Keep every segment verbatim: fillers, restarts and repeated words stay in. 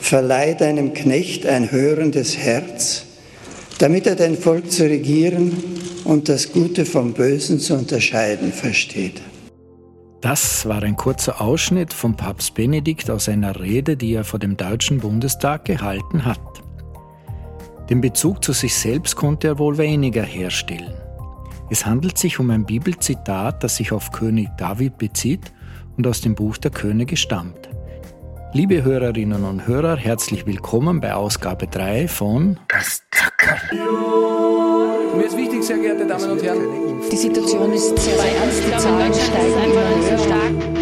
verleih deinem Knecht ein hörendes Herz, damit er dein Volk zu regieren und das Gute vom Bösen zu unterscheiden versteht. Das war ein kurzer Ausschnitt von Papst Benedikt aus einer Rede, die er vor dem Deutschen Bundestag gehalten hat. Den Bezug zu sich selbst konnte er wohl weniger herstellen. Es handelt sich um ein Bibelzitat, das sich auf König David bezieht und aus dem Buch der Könige stammt. Liebe Hörerinnen und Hörer, herzlich willkommen bei Ausgabe drei von Das Zackerl. Mir ist wichtig, sehr geehrte Damen und Herren, die Situation ist sehr, sehr ernst, die Zahlen steigen immer stark.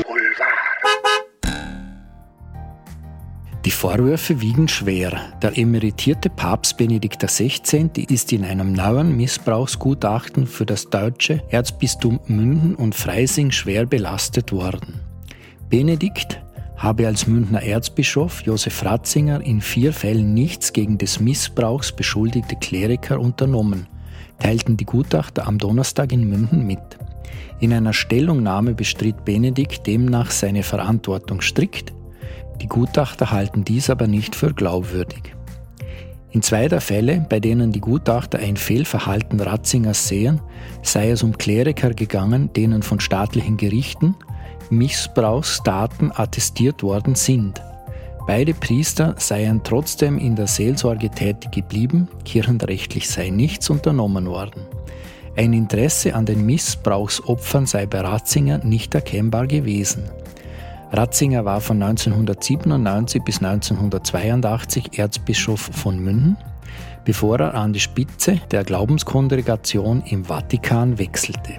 Die Vorwürfe wiegen schwer. Der emeritierte Papst Benedikt der Sechzehnte ist in einem neuen Missbrauchsgutachten für das deutsche Erzbistum München und Freising schwer belastet worden. Benedikt habe als Münchner Erzbischof Josef Ratzinger in vier Fällen nichts gegen des Missbrauchs beschuldigte Kleriker unternommen, teilten die Gutachter am Donnerstag in München mit. In einer Stellungnahme bestritt Benedikt demnach seine Verantwortung strikt. Die Gutachter halten dies aber nicht für glaubwürdig. In zwei der Fälle, bei denen die Gutachter ein Fehlverhalten Ratzingers sehen, sei es um Kleriker gegangen, denen von staatlichen Gerichten Missbrauchsdaten attestiert worden sind. Beide Priester seien trotzdem in der Seelsorge tätig geblieben, kirchenrechtlich sei nichts unternommen worden. Ein Interesse an den Missbrauchsopfern sei bei Ratzinger nicht erkennbar gewesen. Ratzinger war von neunzehnhundertsiebenundneunzig bis neunzehnhundertzweiundachtzig Erzbischof von München, bevor er an die Spitze der Glaubenskongregation im Vatikan wechselte.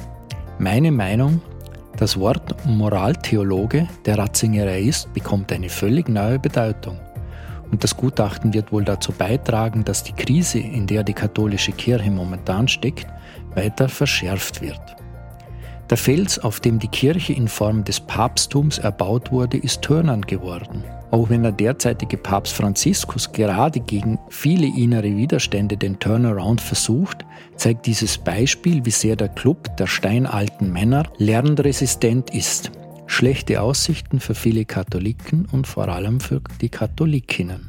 Meine Meinung: Das Wort Moraltheologe, der Ratzinger ist, bekommt eine völlig neue Bedeutung. Und das Gutachten wird wohl dazu beitragen, dass die Krise, in der die katholische Kirche momentan steckt, weiter verschärft wird. Der Fels, auf dem die Kirche in Form des Papsttums erbaut wurde, ist tönern geworden. Auch wenn der derzeitige Papst Franziskus gerade gegen viele innere Widerstände den Turnaround versucht, zeigt dieses Beispiel, wie sehr der Club der steinalten Männer lernresistent ist. Schlechte Aussichten für viele Katholiken und vor allem für die Katholikinnen.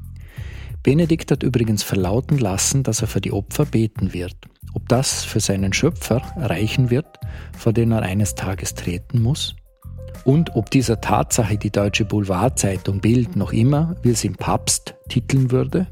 Benedikt hat übrigens verlauten lassen, dass er für die Opfer beten wird. Ob das für seinen Schöpfer reichen wird, vor den er eines Tages treten muss? Und ob dieser Tatsache die deutsche Boulevardzeitung Bild noch immer, wie es im Papst titeln würde?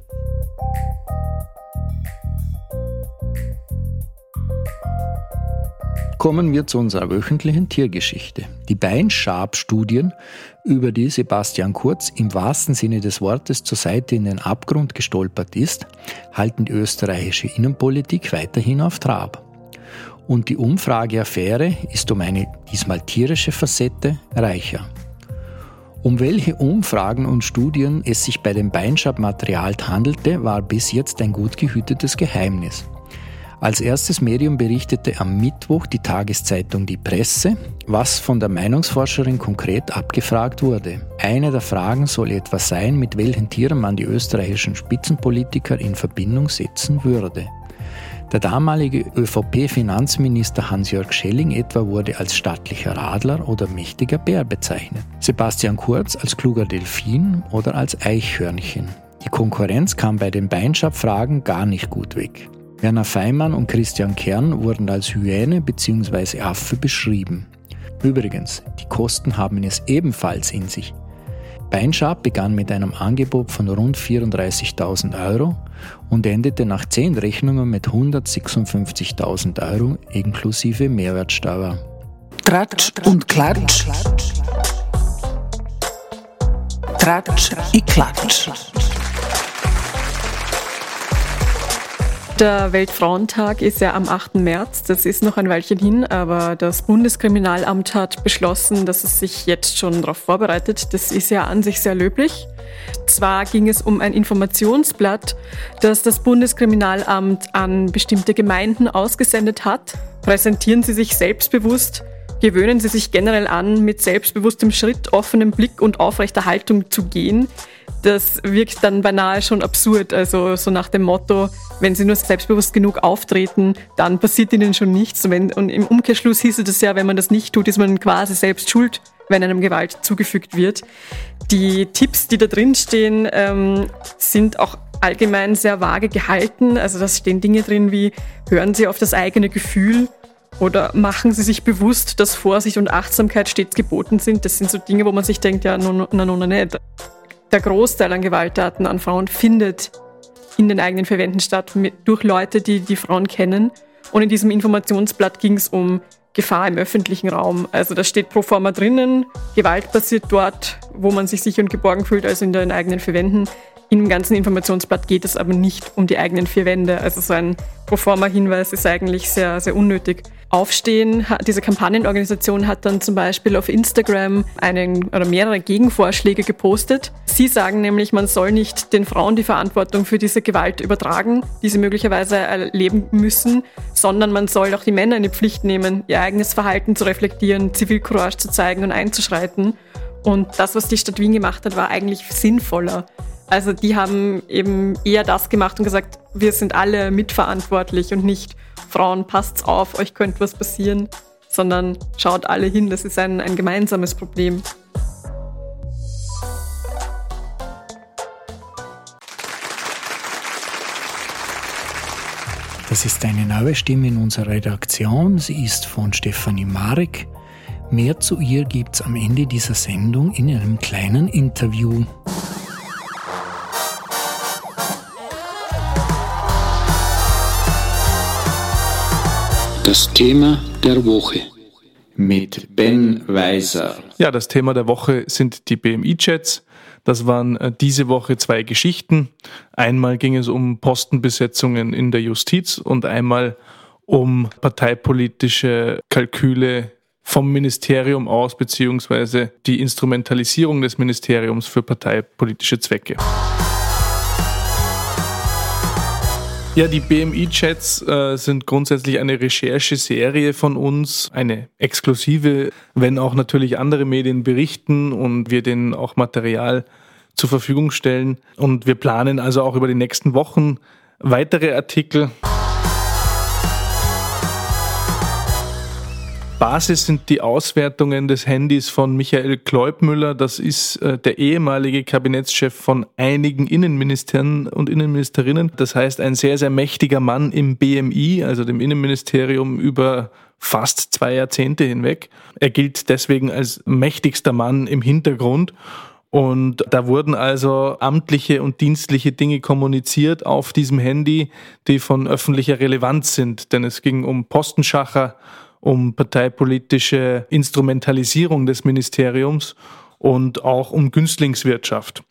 Kommen wir zu unserer wöchentlichen Tiergeschichte. Die Beinschab-Studien, über die Sebastian Kurz im wahrsten Sinne des Wortes zur Seite in den Abgrund gestolpert ist, halten die österreichische Innenpolitik weiterhin auf Trab. Und die Umfrageaffäre ist um eine diesmal tierische Facette reicher. Um welche Umfragen und Studien es sich bei dem Beinschab-Material handelte, war bis jetzt ein gut gehütetes Geheimnis. Als erstes Medium berichtete am Mittwoch die Tageszeitung Die Presse, was von der Meinungsforscherin konkret abgefragt wurde. Eine der Fragen soll etwa sein, mit welchen Tieren man die österreichischen Spitzenpolitiker in Verbindung setzen würde. Der damalige ÖVP-Finanzminister Hans-Jörg Schelling etwa wurde als stattlicher Radler oder mächtiger Bär bezeichnet. Sebastian Kurz als kluger Delfin oder als Eichhörnchen. Die Konkurrenz kam bei den Beinschab-Fragen gar nicht gut weg. Werner Feimann und Christian Kern wurden als Hyäne bzw. Affe beschrieben. Übrigens, die Kosten haben es ebenfalls in sich. Beinschab begann mit einem Angebot von rund vierunddreißigtausend Euro und endete nach zehn Rechnungen mit hundertsechsundfünfzigtausend Euro inklusive Mehrwertsteuer. Tratsch und Klatsch. Tratsch und Klatsch. Der Weltfrauentag ist ja am achten März, das ist noch ein Weilchen hin, aber das Bundeskriminalamt hat beschlossen, dass es sich jetzt schon darauf vorbereitet. Das ist ja an sich sehr löblich. Zwar ging es um ein Informationsblatt, das das Bundeskriminalamt an bestimmte Gemeinden ausgesendet hat. Präsentieren Sie sich selbstbewusst, gewöhnen Sie sich generell an, mit selbstbewusstem Schritt, offenem Blick und aufrechter Haltung zu gehen. Das wirkt dann beinahe schon absurd, also so nach dem Motto, wenn Sie nur selbstbewusst genug auftreten, dann passiert Ihnen schon nichts. Und im Umkehrschluss hieße das ja, wenn man das nicht tut, ist man quasi selbst schuld, wenn einem Gewalt zugefügt wird. Die Tipps, die da drin stehen, ähm, sind auch allgemein sehr vage gehalten. Also da stehen Dinge drin wie, hören Sie auf das eigene Gefühl oder machen Sie sich bewusst, dass Vorsicht und Achtsamkeit stets geboten sind. Das sind so Dinge, wo man sich denkt, ja, no, no, no, no, nicht. Der Großteil an Gewalttaten an Frauen findet in den eigenen vier Wänden statt, mit, durch Leute, die die Frauen kennen. Und in diesem Informationsblatt ging es um Gefahr im öffentlichen Raum. Also da steht pro forma drinnen, Gewalt passiert dort, wo man sich sicher und geborgen fühlt, also in den eigenen vier Wänden. Im ganzen Informationsblatt geht es aber nicht um die eigenen vier Wände. Also so ein Proforma-Hinweis ist eigentlich sehr, sehr unnötig. Aufstehen, diese Kampagnenorganisation hat dann zum Beispiel auf Instagram einen oder mehrere Gegenvorschläge gepostet. Sie sagen nämlich, man soll nicht den Frauen die Verantwortung für diese Gewalt übertragen, die sie möglicherweise erleben müssen, sondern man soll auch die Männer in die Pflicht nehmen, ihr eigenes Verhalten zu reflektieren, Zivilcourage zu zeigen und einzuschreiten. Und das, was die Stadt Wien gemacht hat, war eigentlich sinnvoller. Also die haben eben eher das gemacht und gesagt, wir sind alle mitverantwortlich und nicht Frauen, passt's auf, euch könnte was passieren, sondern schaut alle hin, das ist ein, ein gemeinsames Problem. Das ist eine neue Stimme in unserer Redaktion. Sie ist von Stefanie Marek. Mehr zu ihr gibt's am Ende dieser Sendung in einem kleinen Interview. Das Thema der Woche mit Ben Weiser. Ja, das Thema der Woche sind die B M I-Chats. Das waren äh, diese Woche zwei Geschichten. Einmal ging es um Postenbesetzungen in der Justiz und einmal um parteipolitische Kalküle vom Ministerium aus, beziehungsweise die Instrumentalisierung des Ministeriums für parteipolitische Zwecke. Ja, die B M I-Chats äh, sind grundsätzlich eine Rechercheserie von uns, eine exklusive, wenn auch natürlich andere Medien berichten und wir denen auch Material zur Verfügung stellen. Und wir planen also auch über die nächsten Wochen weitere Artikel. Basis sind die Auswertungen des Handys von Michael Kleubmüller. Das ist äh, der ehemalige Kabinettschef von einigen Innenministern und Innenministerinnen. Das heißt, ein sehr, sehr mächtiger Mann im B M I, also dem Innenministerium, über fast zwei Jahrzehnte hinweg. Er gilt deswegen als mächtigster Mann im Hintergrund. Und da wurden also amtliche und dienstliche Dinge kommuniziert auf diesem Handy, die von öffentlicher Relevanz sind. Denn es ging um Postenschacher, um parteipolitische Instrumentalisierung des Ministeriums und auch um Günstlingswirtschaft.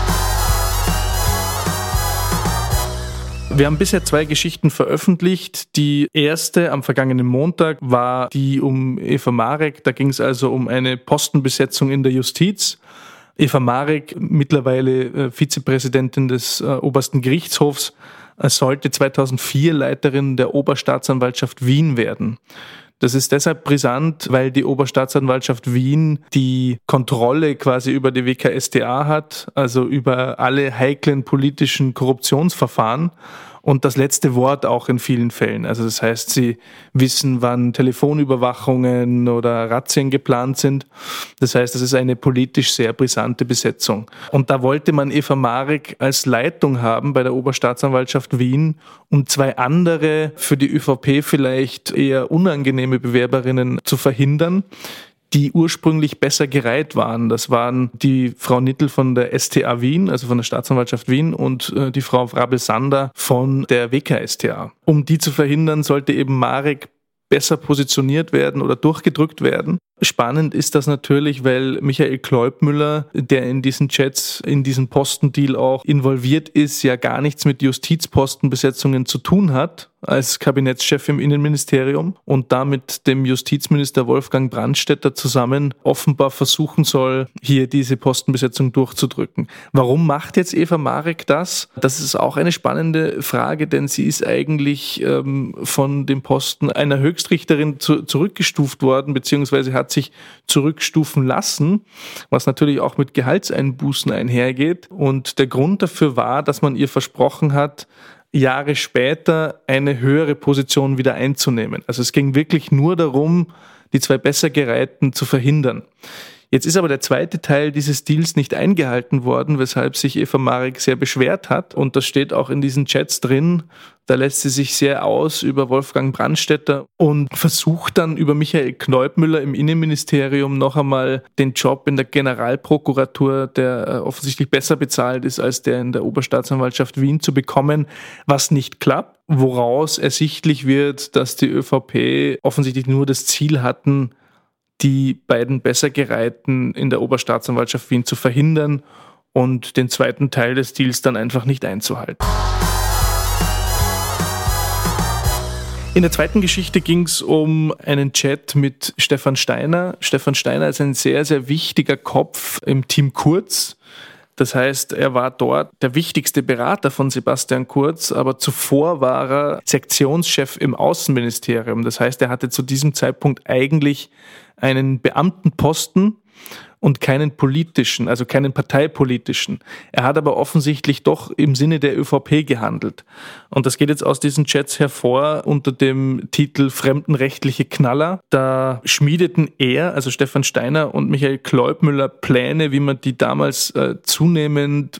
Wir haben bisher zwei Geschichten veröffentlicht. Die erste am vergangenen Montag war die um Eva Marek. Da ging es also um eine Postenbesetzung in der Justiz. Eva Marek, mittlerweile Vizepräsidentin des Obersten Gerichtshofs, sollte zweitausendvier Leiterin der Oberstaatsanwaltschaft Wien werden. Das ist deshalb brisant, weil die Oberstaatsanwaltschaft Wien die Kontrolle quasi über die W K S t A hat, also über alle heiklen politischen Korruptionsverfahren und das letzte Wort auch in vielen Fällen. Also das heißt, sie wissen, wann Telefonüberwachungen oder Razzien geplant sind. Das heißt, das ist eine politisch sehr brisante Besetzung. Und da wollte man Eva Marek als Leitung haben bei der Oberstaatsanwaltschaft Wien, um zwei andere, für die ÖVP vielleicht eher unangenehme Bewerberinnen zu verhindern, die ursprünglich besser gereiht waren. Das waren die Frau Nittel von der S T A Wien, also von der Staatsanwaltschaft Wien, und äh, die Frau Wrabel-Sander von der W K S t A. Um die zu verhindern, sollte eben Marek besser positioniert werden oder durchgedrückt werden. Spannend ist das natürlich, weil Michael Kleubmüller, der in diesen Chats, in diesen Postendeal auch involviert ist, ja gar nichts mit Justizpostenbesetzungen zu tun hat als Kabinettschef im Innenministerium und damit dem Justizminister Wolfgang Brandstätter zusammen offenbar versuchen soll, hier diese Postenbesetzung durchzudrücken. Warum macht jetzt Eva Marek das? Das ist auch eine spannende Frage, denn sie ist eigentlich ähm, von dem Posten einer Höchstrichterin zu, zurückgestuft worden, beziehungsweise hat sich zurückstufen lassen, was natürlich auch mit Gehaltseinbußen einhergeht. Und der Grund dafür war, dass man ihr versprochen hat, Jahre später eine höhere Position wieder einzunehmen. Also es ging wirklich nur darum, die zwei besser gereihten zu verhindern. Jetzt ist aber der zweite Teil dieses Deals nicht eingehalten worden, weshalb sich Eva Marek sehr beschwert hat. Und das steht auch in diesen Chats drin. Da lässt sie sich sehr aus über Wolfgang Brandstätter und versucht dann über Michael Kneubmüller im Innenministerium noch einmal den Job in der Generalprokuratur, der offensichtlich besser bezahlt ist als der in der Oberstaatsanwaltschaft Wien, zu bekommen, was nicht klappt. Woraus ersichtlich wird, dass die ÖVP offensichtlich nur das Ziel hatten, die beiden Bessergereihten in der Oberstaatsanwaltschaft Wien zu verhindern und den zweiten Teil des Deals dann einfach nicht einzuhalten. In der zweiten Geschichte ging es um einen Chat mit Stefan Steiner. Stefan Steiner ist ein sehr, sehr wichtiger Kopf im Team Kurz. Das heißt, er war dort der wichtigste Berater von Sebastian Kurz, aber zuvor war er Sektionschef im Außenministerium. Das heißt, er hatte zu diesem Zeitpunkt eigentlich einen Beamtenposten und keinen politischen, also keinen parteipolitischen. Er hat aber offensichtlich doch im Sinne der ÖVP gehandelt. Und das geht jetzt aus diesen Chats hervor unter dem Titel Fremdenrechtliche Knaller. Da schmiedeten er, also Stefan Steiner und Michael Kneubmüller, Pläne, wie man die damals äh, zunehmend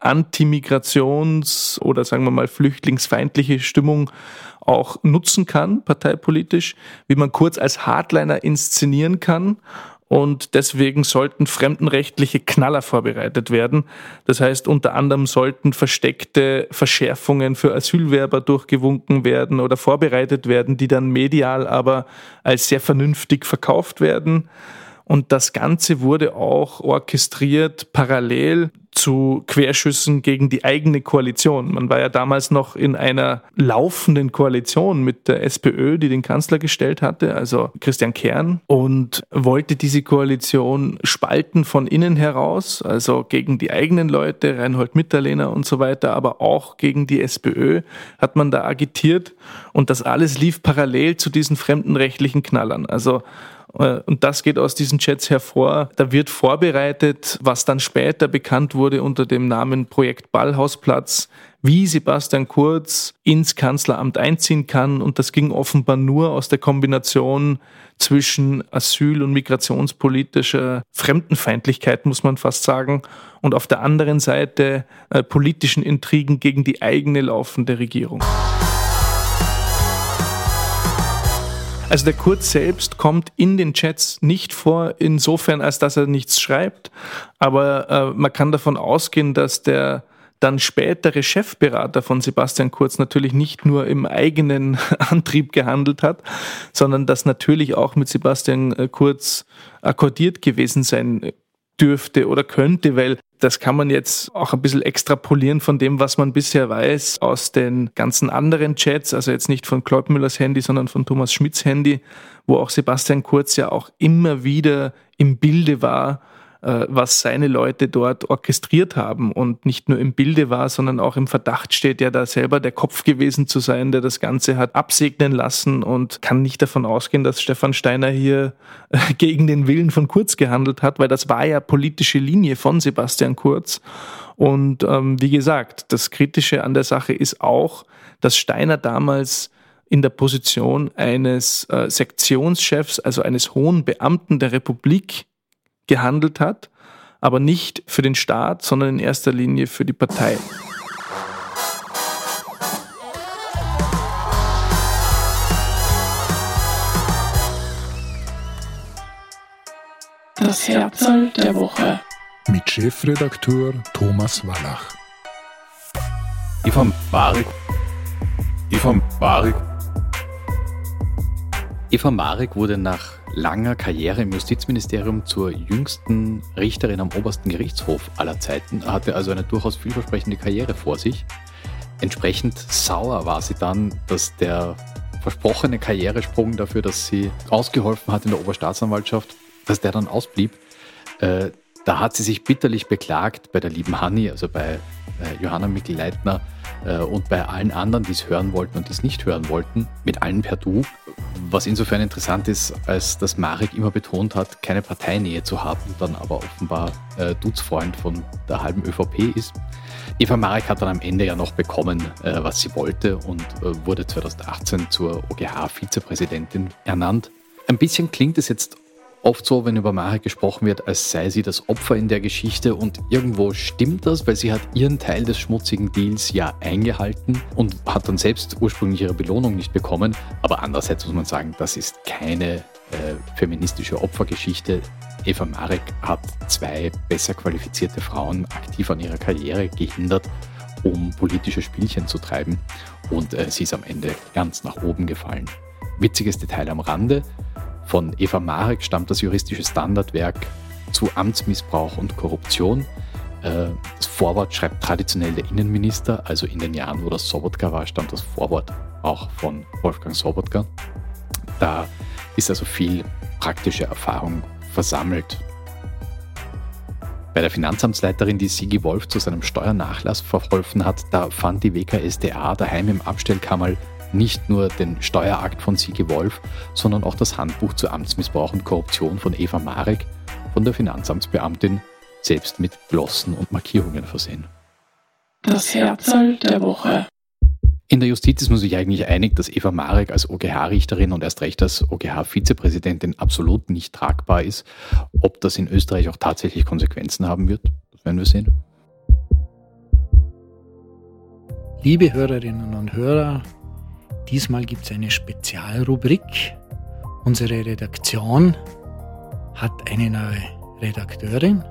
Antimigrations- oder sagen wir mal flüchtlingsfeindliche Stimmung auch nutzen kann, parteipolitisch, wie man Kurz als Hardliner inszenieren kann. Und deswegen sollten fremdenrechtliche Knaller vorbereitet werden. Das heißt, unter anderem sollten versteckte Verschärfungen für Asylwerber durchgewunken werden oder vorbereitet werden, die dann medial aber als sehr vernünftig verkauft werden. Und das Ganze wurde auch orchestriert parallel zu Querschüssen gegen die eigene Koalition. Man war ja damals noch in einer laufenden Koalition mit der SPÖ, die den Kanzler gestellt hatte, also Christian Kern, und wollte diese Koalition spalten von innen heraus, also gegen die eigenen Leute, Reinhold Mitterlehner und so weiter, aber auch gegen die SPÖ hat man da agitiert. Und das alles lief parallel zu diesen fremdenrechtlichen Knallern. Also und das geht aus diesen Chats hervor. Da wird vorbereitet, was dann später bekannt wurde unter dem Namen Projekt Ballhausplatz, wie Sebastian Kurz ins Kanzleramt einziehen kann. Und das ging offenbar nur aus der Kombination zwischen asyl- und migrationspolitischer Fremdenfeindlichkeit, muss man fast sagen, und auf der anderen Seite äh, politischen Intrigen gegen die eigene laufende Regierung. Also der Kurz selbst kommt in den Chats nicht vor, insofern, als dass er nichts schreibt. Aber äh, man kann davon ausgehen, dass der dann spätere Chefberater von Sebastian Kurz natürlich nicht nur im eigenen Antrieb gehandelt hat, sondern dass natürlich auch mit Sebastian Kurz akkordiert gewesen sein dürfte oder könnte, weil das kann man jetzt auch ein bisschen extrapolieren von dem, was man bisher weiß aus den ganzen anderen Chats, also jetzt nicht von Kneubmüllers Handy, sondern von Thomas Schmidts Handy, wo auch Sebastian Kurz ja auch immer wieder im Bilde war, was seine Leute dort orchestriert haben und nicht nur im Bilde war, sondern auch im Verdacht steht, ja da selber der Kopf gewesen zu sein, der das Ganze hat absegnen lassen, und kann nicht davon ausgehen, dass Stefan Steiner hier gegen den Willen von Kurz gehandelt hat, weil das war ja politische Linie von Sebastian Kurz. Und ähm, wie gesagt, das Kritische an der Sache ist auch, dass Steiner damals in der Position eines äh, Sektionschefs, also eines hohen Beamten der Republik, gehandelt hat, aber nicht für den Staat, sondern in erster Linie für die Partei. Das Herzl der Woche mit Chefredakteur Thomas Wallach. Eva Marek. Eva Marek. Eva Marek wurde nach langer Karriere im Justizministerium zur jüngsten Richterin am obersten Gerichtshof aller Zeiten, hatte also eine durchaus vielversprechende Karriere vor sich. Entsprechend sauer war sie dann, dass der versprochene Karrieresprung dafür, dass sie ausgeholfen hat in der Oberstaatsanwaltschaft, dass der dann ausblieb. Äh, da hat sie sich bitterlich beklagt bei der lieben Hanni, also bei äh, Johanna Mikl-Leitner äh, und bei allen anderen, die es hören wollten und die es nicht hören wollten, mit allen per Du. Was insofern interessant ist, als dass Marek immer betont hat, keine Parteinähe zu haben, dann aber offenbar äh, Duzfreund von der halben ÖVP ist. Eva Marek hat dann am Ende ja noch bekommen, äh, was sie wollte, und äh, wurde zweitausendachtzehn zur O G H-Vizepräsidentin ernannt. Ein bisschen klingt es jetzt oft so, wenn über Marek gesprochen wird, als sei sie das Opfer in der Geschichte, und irgendwo stimmt das, weil sie hat ihren Teil des schmutzigen Deals ja eingehalten und hat dann selbst ursprünglich ihre Belohnung nicht bekommen. Aber andererseits muss man sagen, das ist keine äh, feministische Opfergeschichte. Eva Marek hat zwei besser qualifizierte Frauen aktiv an ihrer Karriere gehindert, um politische Spielchen zu treiben, und äh, sie ist am Ende ganz nach oben gefallen. Witziges Detail am Rande: Von Eva Marek stammt das juristische Standardwerk zu Amtsmissbrauch und Korruption. Äh, das Vorwort schreibt traditionell der Innenminister, also in den Jahren, wo das Sobotka war, stammt das Vorwort auch von Wolfgang Sobotka. Da ist also viel praktische Erfahrung versammelt. Bei der Finanzamtsleiterin, die Sigi Wolf zu seinem Steuernachlass verholfen hat, da fand die W K S d A daheim im Abstellkammerl nicht nur den Steuerakt von Sigi Wolf, sondern auch das Handbuch zu Amtsmissbrauch und Korruption von Eva Marek, von der Finanzamtsbeamtin, selbst mit Glossen und Markierungen versehen. Das Herzl der Woche. In der Justiz ist man sich eigentlich einig, dass Eva Marek als O G H-Richterin und erst recht als O G H-Vizepräsidentin absolut nicht tragbar ist. Ob das in Österreich auch tatsächlich Konsequenzen haben wird, das werden wir sehen. Liebe Hörerinnen und Hörer, diesmal gibt es eine Spezialrubrik. Unsere Redaktion hat eine neue Redakteurin,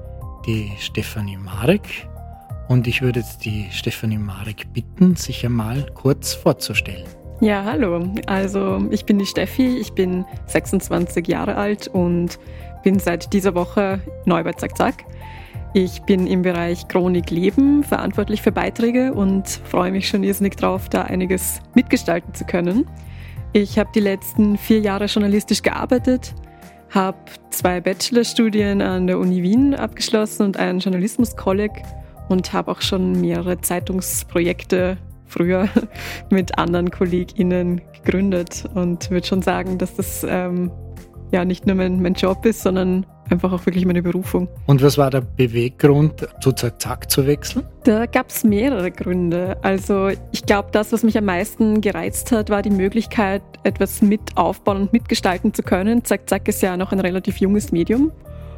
die Stefanie Marek. Und ich würde jetzt die Stefanie Marek bitten, sich einmal kurz vorzustellen. Ja, hallo. Also ich bin die Steffi, ich bin sechsundzwanzig Jahre alt und bin seit dieser Woche neu bei Zack Zack. Ich bin im Bereich Chronik Leben verantwortlich für Beiträge und freue mich schon irrsinnig drauf, da einiges mitgestalten zu können. Ich habe die letzten vier Jahre journalistisch gearbeitet, habe zwei Bachelorstudien an der Uni Wien abgeschlossen und einen Journalismus-Kolleg und habe auch schon mehrere Zeitungsprojekte früher mit anderen KollegInnen gegründet und würde schon sagen, dass das ähm, ja nicht nur mein, mein Job ist, sondern einfach auch wirklich meine Berufung. Und was war der Beweggrund, zu Zack Zack zu wechseln? Da gab es mehrere Gründe. Also ich glaube, das, was mich am meisten gereizt hat, war die Möglichkeit, etwas mit aufbauen und mitgestalten zu können. Zack Zack ist ja noch ein relativ junges Medium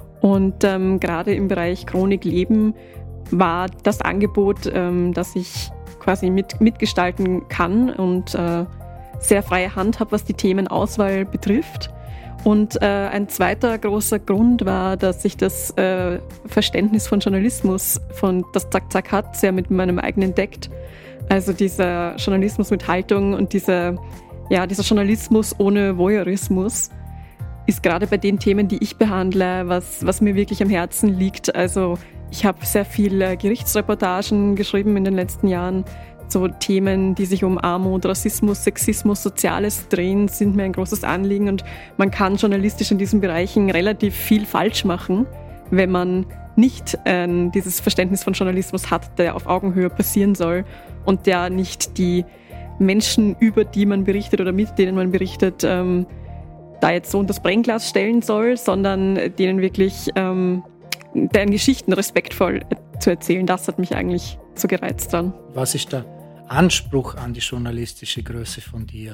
und ähm, gerade im Bereich Chronik Leben war das Angebot, ähm, dass ich quasi mit, mitgestalten kann und äh, sehr freie Hand habe, was die Themenauswahl betrifft. Und äh, ein zweiter großer Grund war, dass ich das äh, Verständnis von Journalismus, von das Zack Zack hat, sehr mit meinem eigenen deckt. Also dieser Journalismus mit Haltung und dieser, ja, dieser Journalismus ohne Voyeurismus ist gerade bei den Themen, die ich behandle, was, was mir wirklich am Herzen liegt. Also ich habe sehr viele Gerichtsreportagen geschrieben in den letzten Jahren. So Themen, die sich um Armut, Rassismus, Sexismus, Soziales drehen, sind mir ein großes Anliegen. Und man kann journalistisch in diesen Bereichen relativ viel falsch machen, wenn man nicht äh, dieses Verständnis von Journalismus hat, der auf Augenhöhe passieren soll und der nicht die Menschen, über die man berichtet oder mit denen man berichtet, ähm, da jetzt so unter das Brennglas stellen soll, sondern denen wirklich ähm, deren Geschichten respektvoll zu erzählen. Das hat mich eigentlich so gereizt dran. Was ist der Anspruch an die journalistische Größe von dir,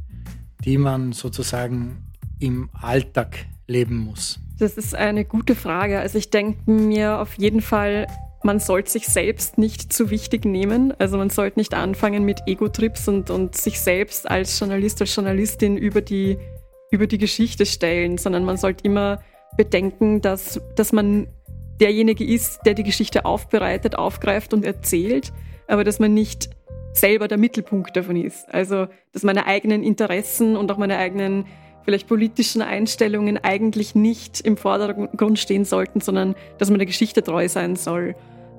die man sozusagen im Alltag leben muss? Das ist eine gute Frage. Also ich denke mir auf jeden Fall, man sollte sich selbst nicht zu wichtig nehmen. Also man sollte nicht anfangen mit Ego-Trips und, und sich selbst als Journalist, als Journalistin über die, über die Geschichte stellen, sondern man sollte immer bedenken, dass, dass man derjenige ist, der die Geschichte aufbereitet, aufgreift und erzählt, aber dass man nicht selber der Mittelpunkt davon ist. Also, dass meine eigenen Interessen und auch meine eigenen vielleicht politischen Einstellungen eigentlich nicht im Vordergrund stehen sollten, sondern dass man der Geschichte treu sein soll.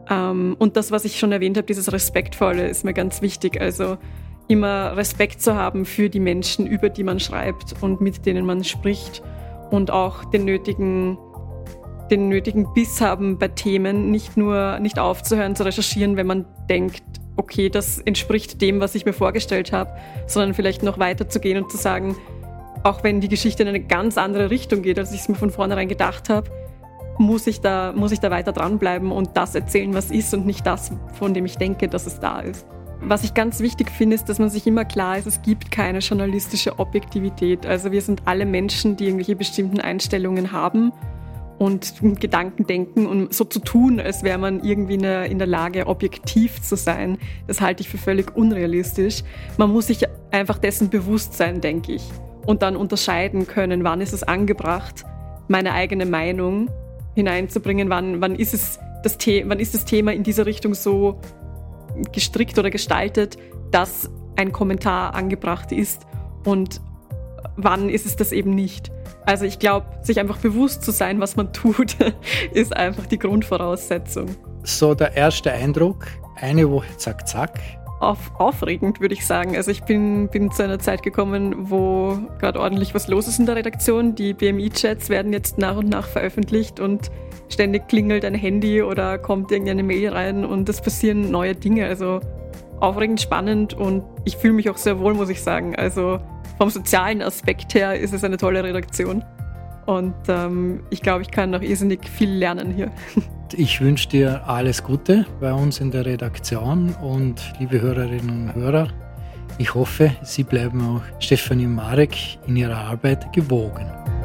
Und das, was ich schon erwähnt habe, dieses Respektvolle, ist mir ganz wichtig. Also immer Respekt zu haben für die Menschen, über die man schreibt und mit denen man spricht und auch den nötigen den nötigen Biss haben bei Themen, nicht nur nicht aufzuhören zu recherchieren, wenn man denkt, okay, das entspricht dem, was ich mir vorgestellt habe, sondern vielleicht noch weiter zu gehen und zu sagen, auch wenn die Geschichte in eine ganz andere Richtung geht, als ich es mir von vornherein gedacht habe, muss ich da, muss ich da weiter dranbleiben und das erzählen, was ist und nicht das, von dem ich denke, dass es da ist. Was ich ganz wichtig finde, ist, dass man sich immer klar ist, es gibt keine journalistische Objektivität. Also wir sind alle Menschen, die irgendwelche bestimmten Einstellungen haben und Gedanken denken und so zu tun, als wäre man irgendwie in der, in der Lage, objektiv zu sein, das halte ich für völlig unrealistisch. Man muss sich einfach dessen bewusst sein, denke ich, und dann unterscheiden können, wann ist es angebracht, meine eigene Meinung hineinzubringen, wann, wann, ist es das The- wann ist das Thema in dieser Richtung so gestrickt oder gestaltet, dass ein Kommentar angebracht ist und wann ist es das eben nicht. Also ich glaube, sich einfach bewusst zu sein, was man tut, ist einfach die Grundvoraussetzung. So der erste Eindruck, eine Woche zack, zack. Auf, aufregend, würde ich sagen. Also ich bin, bin zu einer Zeit gekommen, wo gerade ordentlich was los ist in der Redaktion. Die B M I-Chats werden jetzt nach und nach veröffentlicht und ständig klingelt ein Handy oder kommt irgendeine Mail rein und es passieren neue Dinge. Also aufregend, spannend und ich fühle mich auch sehr wohl, muss ich sagen. Also vom sozialen Aspekt her ist es eine tolle Redaktion. Und ähm, ich glaube, ich kann noch irrsinnig viel lernen hier. Ich wünsche dir alles Gute bei uns in der Redaktion und liebe Hörerinnen und Hörer, ich hoffe, Sie bleiben auch Stefanie Marek in ihrer Arbeit gewogen.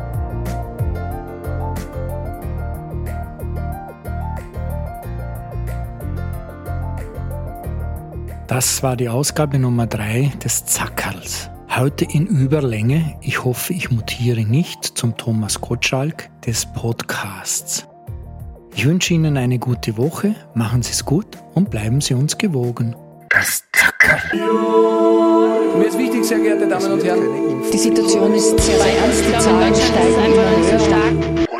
Das war die Ausgabe Nummer drei des Zackerls. Heute in Überlänge. Ich hoffe, ich mutiere nicht zum Thomas Gottschalk des Podcasts. Ich wünsche Ihnen eine gute Woche, machen Sie es gut und bleiben Sie uns gewogen. Das Zackerl. Mir ist wichtig, sehr geehrte Damen und Herren, die Situation ist sehr, sehr ernst. Die Zahlen steigen immer höher.